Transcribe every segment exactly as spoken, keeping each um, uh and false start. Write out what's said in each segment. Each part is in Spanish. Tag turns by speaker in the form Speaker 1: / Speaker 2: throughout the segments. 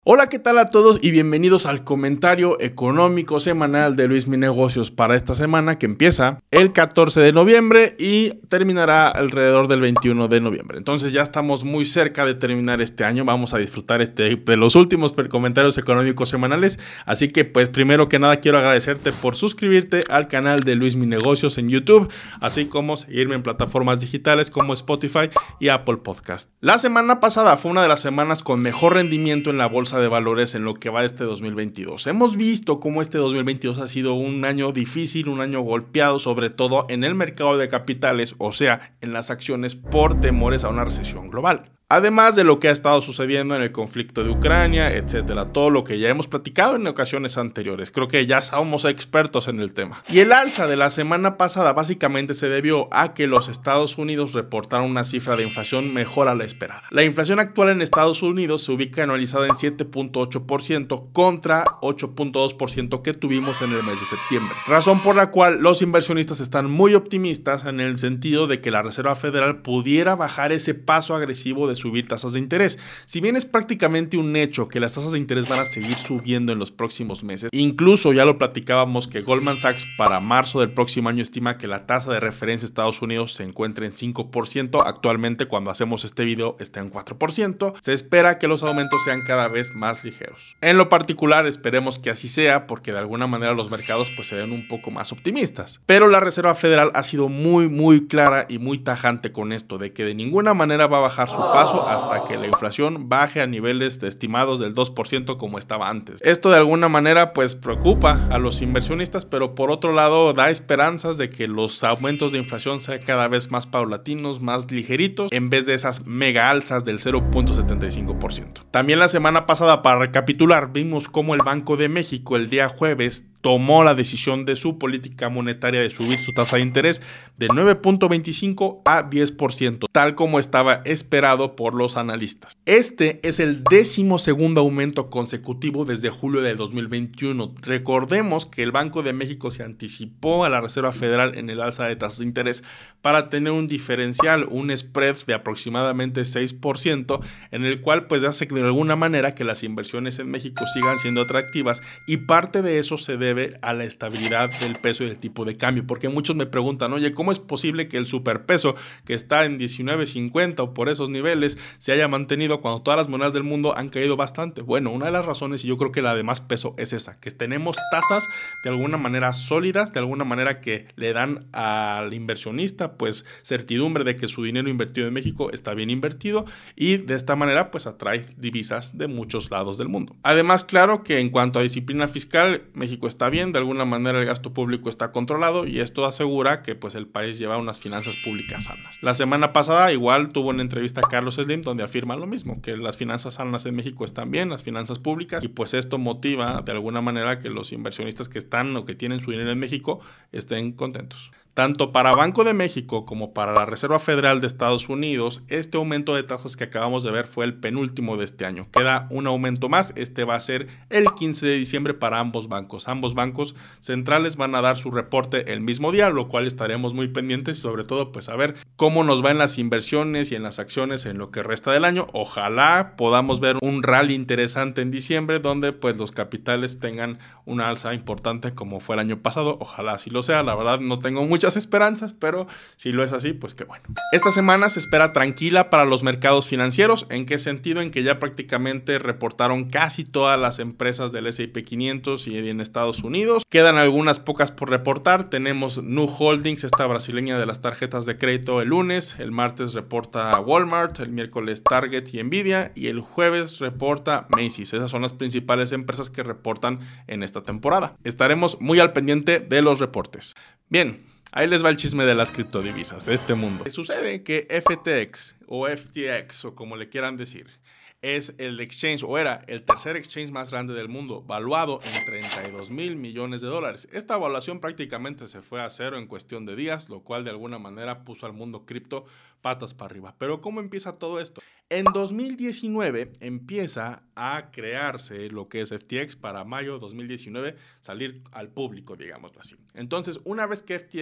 Speaker 1: Hola, ¿qué tal a todos? Y bienvenidos al comentario económico semanal de Luis Mi Negocios para esta semana que empieza el catorce de noviembre y terminará alrededor del veintiuno de noviembre. Entonces ya estamos muy cerca de terminar este año. Vamos a disfrutar este, de los últimos comentarios económicos semanales. Así que pues primero que nada quiero agradecerte por suscribirte al canal de Luis Mi Negocios en YouTube, así como seguirme en plataformas digitales como Spotify y Apple Podcast. La semana pasada fue una de las semanas con mejor rendimiento en la bolsa de valores en lo que va de este dos mil veintidós. Hemos visto cómo este dos mil veintidós ha sido un año difícil, un año golpeado, sobre todo en el mercado de capitales, o sea, en las acciones por temores a una recesión global. Además de lo que ha estado sucediendo en el conflicto de Ucrania, etcétera, todo lo que ya hemos platicado en ocasiones anteriores. Creo que ya somos expertos en el tema. Y el alza de la semana pasada básicamente se debió a que los Estados Unidos reportaron una cifra de inflación mejor a la esperada. La inflación actual en Estados Unidos se ubica anualizada en siete punto ocho por ciento contra ocho punto dos por ciento que tuvimos en el mes de septiembre. Razón por la cual los inversionistas están muy optimistas en el sentido de que la Reserva Federal pudiera bajar ese paso agresivo de subir tasas de interés. Si bien es prácticamente un hecho que las tasas de interés van a seguir subiendo en los próximos meses, incluso ya lo platicábamos que Goldman Sachs para marzo del próximo año estima que la tasa de referencia de Estados Unidos se encuentre en cinco por ciento, actualmente cuando hacemos este video está en cuatro por ciento, se espera que los aumentos sean cada vez más ligeros. En lo particular esperemos que así sea porque de alguna manera los mercados pues se ven un poco más optimistas, pero la Reserva Federal ha sido muy muy clara y muy tajante con esto de que de ninguna manera va a bajar su paso hasta que la inflación baje a niveles estimados del dos por ciento como estaba antes. Esto de alguna manera pues preocupa a los inversionistas, pero por otro lado da esperanzas de que los aumentos de inflación sean cada vez más paulatinos, más ligeritos, en vez de esas mega alzas del cero punto setenta y cinco por ciento. También la semana pasada, para recapitular, vimos cómo el Banco de México el día jueves tomó la decisión de su política monetaria de subir su tasa de interés de nueve punto veinticinco a diez por ciento, tal como estaba esperado por los analistas. Este es el décimo segundo aumento consecutivo desde julio de dos mil veintiuno. Recordemos que el Banco de México se anticipó a la Reserva Federal en el alza de tasas de interés para tener un diferencial, un spread de aproximadamente seis por ciento, en el cual pues hace de alguna manera que las inversiones en México sigan siendo atractivas, y parte de eso se debe a la estabilidad del peso y del tipo de cambio, porque muchos me preguntan, oye, ¿cómo es posible que el superpeso que está en diecinueve cincuenta o por esos niveles se haya mantenido cuando todas las monedas del mundo han caído bastante? Bueno, una de las razones, y yo creo que la de más peso, es esa, que tenemos tasas de alguna manera sólidas, de alguna manera que le dan al inversionista pues certidumbre de que su dinero invertido en México está bien invertido, y de esta manera pues atrae divisas de muchos lados del mundo. Además, claro que en cuanto a disciplina fiscal, México está bien, de alguna manera el gasto público está controlado y esto asegura que pues el país lleva unas finanzas públicas sanas. La semana pasada igual tuvo una entrevista a Carlos Slim donde afirma lo mismo, que las finanzas sanas en México están bien, las finanzas públicas, y pues esto motiva de alguna manera que los inversionistas que están o que tienen su dinero en México estén contentos. Tanto para Banco de México como para la Reserva Federal de Estados Unidos, este aumento de tasas que acabamos de ver fue el penúltimo de este año. Queda un aumento más, este va a ser el quince de diciembre para ambos bancos. Ambos bancos centrales van a dar su reporte el mismo día, lo cual estaremos muy pendientes y sobre todo pues a ver cómo nos va en las inversiones y en las acciones en lo que resta del año. Ojalá podamos ver un rally interesante en diciembre donde pues los capitales tengan una alza importante como fue el año pasado. Ojalá así lo sea, la verdad no tengo mucho muchas esperanzas, pero si lo es así, pues qué bueno. Esta semana se espera tranquila para los mercados financieros. ¿En qué sentido? En que ya prácticamente reportaron casi todas las empresas del ese y pe quinientos y en Estados Unidos. Quedan algunas pocas por reportar. Tenemos Nu Holdings, esta brasileña de las tarjetas de crédito, el lunes. El martes reporta Walmart, el miércoles Target y Nvidia, y el jueves reporta Macy's. Esas son las principales empresas que reportan en esta temporada. Estaremos muy al pendiente de los reportes. Bien, ahí les va el chisme de las criptodivisas de este mundo. Sucede que F T X o F T X o como le quieran decir, es el exchange o era el tercer exchange más grande del mundo, valuado en treinta y dos mil millones de dólares. Esta evaluación prácticamente se fue a cero en cuestión de días, lo cual de alguna manera puso al mundo cripto patas para arriba. Pero ¿cómo empieza todo esto? En dos mil diecinueve empieza a crearse lo que es F T X para mayo de dos mil diecinueve salir al público, digámoslo así. Entonces, una vez que F T X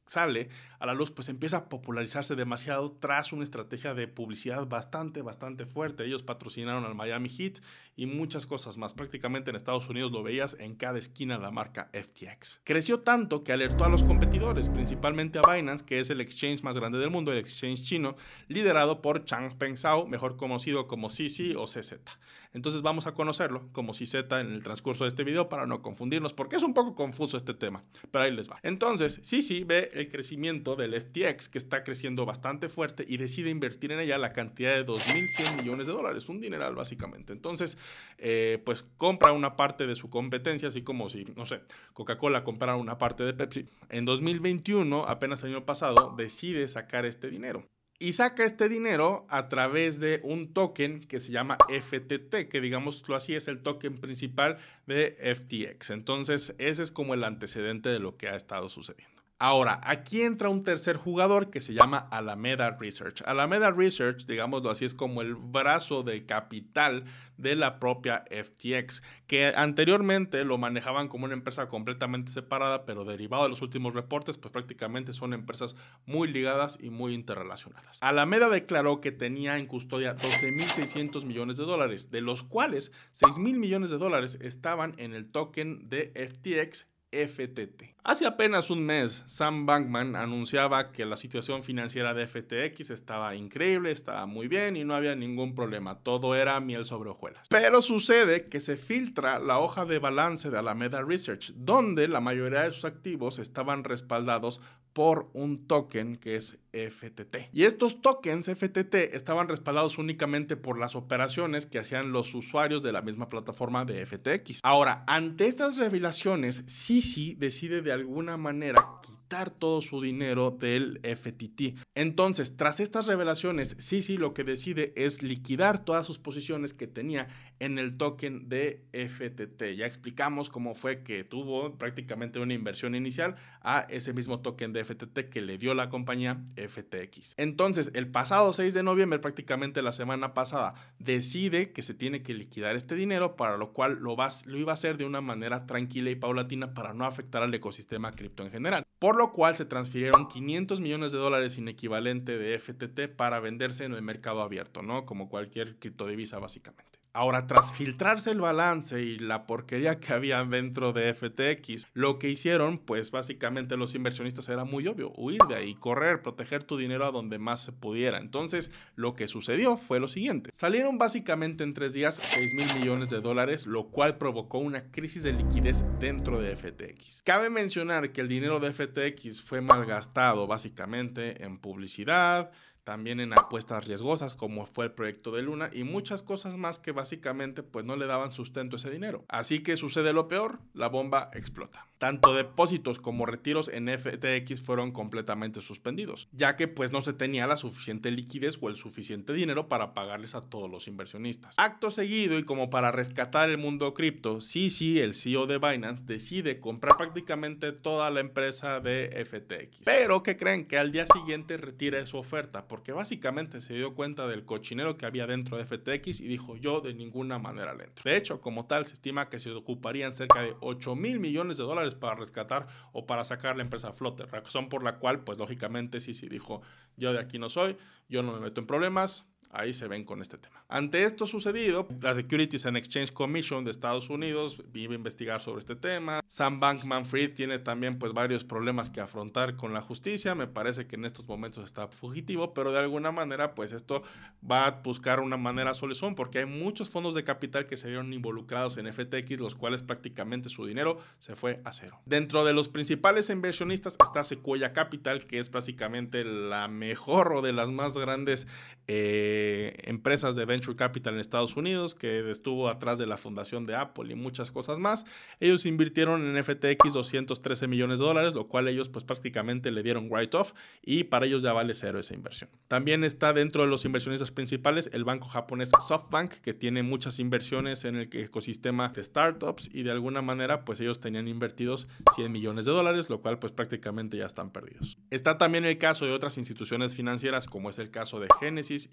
Speaker 1: sale a la luz, pues empieza a popularizarse demasiado tras una estrategia de publicidad bastante, bastante fuerte. Ellos patrocinaron al Miami Heat y muchas cosas más. Prácticamente en Estados Unidos lo veías en cada esquina la marca F T X. Creció tanto que alertó a los competidores, principalmente a Binance, que es el exchange más grande del mundo, el exchange chino, liderado por Changpeng Zhao, mejor conocido como C Z o C Z. Entonces vamos a conocerlo como C Z en el transcurso de este video para no confundirnos, porque es un poco confuso este tema, pero ahí les va. Entonces, C Z ve el crecimiento del F T X, que está creciendo bastante fuerte, y decide invertir en ella la cantidad de dos mil cien millones de dólares, un dineral básicamente. Entonces, eh, pues compra una parte de su competencia, así como si, no sé, Coca-Cola comprara una parte de Pepsi. En dos mil veintiuno, apenas el año pasado, decide sacar este dinero. Y saca este dinero a través de un token que se llama F T T, que digámoslo así es el token principal de F T X. Entonces, ese es como el antecedente de lo que ha estado sucediendo. Ahora, aquí entra un tercer jugador que se llama Alameda Research. Alameda Research, digámoslo así, es como el brazo de capital de la propia F T X, que anteriormente lo manejaban como una empresa completamente separada, pero derivado de los últimos reportes, pues prácticamente son empresas muy ligadas y muy interrelacionadas. Alameda declaró que tenía en custodia doce mil seiscientos millones de dólares, de los cuales seis mil millones de dólares estaban en el token de F T X F T T. Hace apenas un mes, Sam Bankman anunciaba que la situación financiera de F T X estaba increíble, estaba muy bien y no había ningún problema. Todo era miel sobre hojuelas. Pero sucede que se filtra la hoja de balance de Alameda Research, donde la mayoría de sus activos estaban respaldados por un token que es F T T. Y estos tokens F T T estaban respaldados únicamente por las operaciones que hacían los usuarios de la misma plataforma de F T X. Ahora, ante estas revelaciones, C Z decide de alguna manera quitar todo su dinero del F T T. Entonces, tras estas revelaciones, C Z lo que decide es liquidar todas sus posiciones que tenía en el token de F T T. Ya explicamos cómo fue que tuvo prácticamente una inversión inicial a ese mismo token de F T T que le dio la compañía F T X. Entonces, el pasado seis de noviembre, prácticamente la semana pasada, decide que se tiene que liquidar este dinero, para lo cual lo, va, lo iba a hacer de una manera tranquila y paulatina para no afectar al ecosistema cripto en general. Por lo cual se transfirieron quinientos millones de dólares sin equivalente de F T T para venderse en el mercado abierto, ¿no? Como cualquier criptodivisa básicamente. Ahora, tras filtrarse el balance y la porquería que había dentro de F T X, lo que hicieron, pues básicamente los inversionistas era muy obvio, huir de ahí, correr, proteger tu dinero a donde más se pudiera. Entonces, lo que sucedió fue lo siguiente. Salieron básicamente en tres días seis mil millones de dólares, lo cual provocó una crisis de liquidez dentro de F T X. Cabe mencionar que el dinero de F T X fue malgastado básicamente en publicidad, también en apuestas riesgosas como fue el proyecto de Luna y muchas cosas más que básicamente pues no le daban sustento a ese dinero. Así que sucede lo peor, la bomba explota. Tanto depósitos como retiros en F T X fueron completamente suspendidos, ya que pues no se tenía la suficiente liquidez o el suficiente dinero para pagarles a todos los inversionistas. Acto seguido y como para rescatar el mundo cripto, C Z, el C E O de Binance, decide comprar prácticamente toda la empresa de F T X. Pero ¿qué creen? Que al día siguiente retira su oferta, porque básicamente se dio cuenta del cochinero que había dentro de F T X y dijo: yo de ninguna manera le entro. De hecho, como tal, se estima que se ocuparían cerca de ocho mil millones de dólares para rescatar o para sacar la empresa a flote, razón por la cual, pues lógicamente sí, sí dijo: yo de aquí no soy, yo no me meto en problemas. Ahí se ven con este tema. Ante esto sucedido, la Securities and Exchange Commission de Estados Unidos iba a investigar sobre este tema. Sam Bankman-Fried tiene también pues varios problemas que afrontar con la justicia. Me parece que en estos momentos está fugitivo, pero de alguna manera pues esto va a buscar una manera solución, porque hay muchos fondos de capital que se vieron involucrados en F T X, los cuales prácticamente su dinero se fue a cero. Dentro de los principales inversionistas está Sequoia Capital, que es básicamente la mejor o de las más grandes eh, empresas de Venture Capital en Estados Unidos, que estuvo atrás de la fundación de Apple y muchas cosas más. Ellos invirtieron en F T X doscientos trece millones de dólares, lo cual ellos pues prácticamente le dieron write-off y para ellos ya vale cero esa inversión. También está dentro de los inversionistas principales el banco japonés SoftBank, que tiene muchas inversiones en el ecosistema de startups y de alguna manera pues ellos tenían invertidos cien millones de dólares, lo cual pues prácticamente ya están perdidos. Está también el caso de otras instituciones financieras, como es el caso de Genesis y Galaxy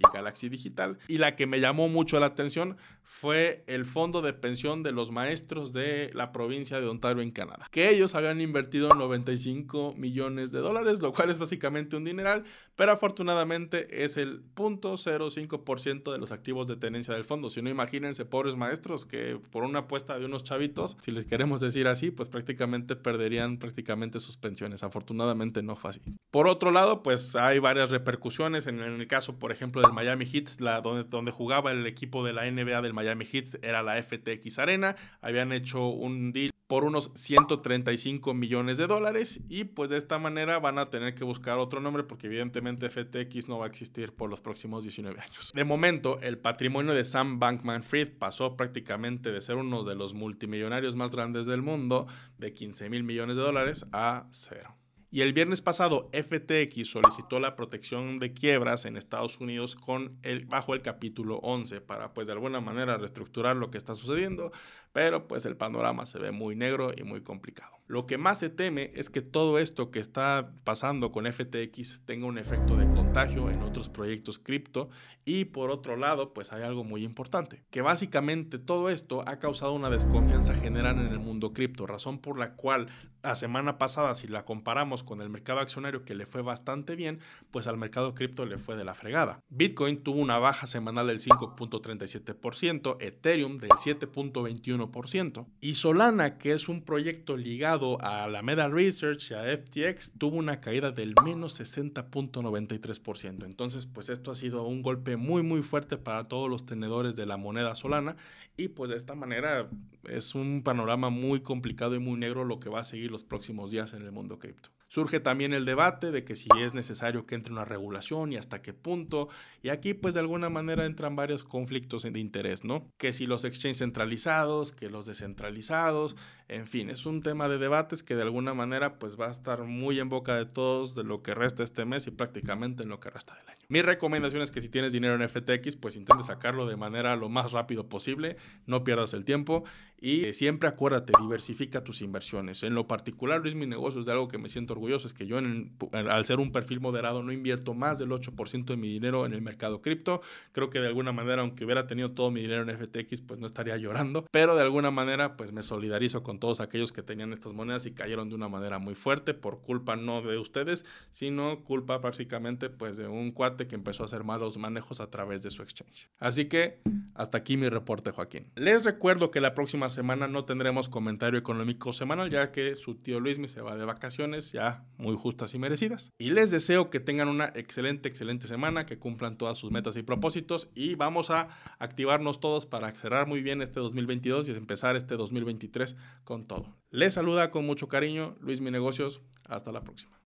Speaker 1: Galaxy Digital. Y la que me llamó mucho la atención fue el fondo de pensión de los maestros de la provincia de Ontario en Canadá, que ellos habían invertido noventa y cinco millones de dólares, lo cual es básicamente un dineral, pero afortunadamente es el cero punto cero cinco por ciento de los activos de tenencia del fondo. Si no, imagínense, pobres maestros que por una apuesta de unos chavitos, si les queremos decir así, pues prácticamente perderían prácticamente sus pensiones. Afortunadamente no fue así. Por otro lado, pues hay varias repercusiones en, en el caso, por ejemplo, del Miami Heat, la, donde, donde jugaba el equipo de la N B A del Miami Heat, era la F T X Arena. Habían hecho un deal por unos ciento treinta y cinco millones de dólares y pues de esta manera van a tener que buscar otro nombre porque evidentemente F T X no va a existir por los próximos diecinueve años. De momento, el patrimonio de Sam Bankman-Fried pasó prácticamente de ser uno de los multimillonarios más grandes del mundo, de quince mil millones de dólares, a cero. Y el viernes pasado, F T X solicitó la protección de quiebras en Estados Unidos con el, bajo el capítulo once para, pues, de alguna manera reestructurar lo que está sucediendo, pero pues el panorama se ve muy negro y muy complicado. Lo que más se teme es que todo esto que está pasando con F T X tenga un efecto de contagio en otros proyectos cripto y por otro lado, pues hay algo muy importante, que básicamente todo esto ha causado una desconfianza general en el mundo cripto, razón por la cual la semana pasada, si la comparamos con el mercado accionario que le fue bastante bien, pues al mercado cripto le fue de la fregada. Bitcoin tuvo una baja semanal del cinco punto treinta y siete por ciento, Ethereum del siete punto veintiuno por ciento y Solana, que es un proyecto ligado a Alameda Research y a F T X, tuvo una caída del menos sesenta punto noventa y tres por ciento. Entonces, pues esto ha sido un golpe muy muy fuerte para todos los tenedores de la moneda Solana y pues de esta manera es un panorama muy complicado y muy negro lo que va a seguir los próximos días en el mundo cripto. Surge también el debate de que si es necesario que entre una regulación y hasta qué punto, y aquí pues de alguna manera entran varios conflictos de interés, ¿no? Que si los exchanges centralizados, que los descentralizados, en fin, es un tema de debates que de alguna manera pues va a estar muy en boca de todos de lo que resta este mes y prácticamente en lo que resta del año. Mi recomendación es que si tienes dinero en F T X, pues intentes sacarlo de manera lo más rápido posible, no pierdas el tiempo y eh, siempre acuérdate, diversifica tus inversiones. En lo particular, Luis Mi Negocios, de algo que me siento orgulloso es que yo, en, al ser un perfil moderado, no invierto más del ocho por ciento de mi dinero en el mercado cripto. Creo que de alguna manera, aunque hubiera tenido todo mi dinero en F T X, pues no estaría llorando, pero de alguna manera pues me solidarizo con todos aquellos que tenían estas monedas y cayeron de una manera muy fuerte por culpa no de ustedes, sino culpa básicamente pues de un cuate que empezó a hacer malos manejos a través de su exchange. Así que hasta aquí mi reporte, Joaquín. Les recuerdo que la próxima semana no tendremos comentario económico semanal, ya que su tío Luismi se va de vacaciones ya muy justas y merecidas. Y les deseo que tengan una excelente, excelente semana, que cumplan todas sus metas y propósitos y vamos a activarnos todos para cerrar muy bien este dos mil veintidós y empezar este dos mil veintitrés con todo. Les saluda con mucho cariño Luis Mi Negocios. Hasta la próxima.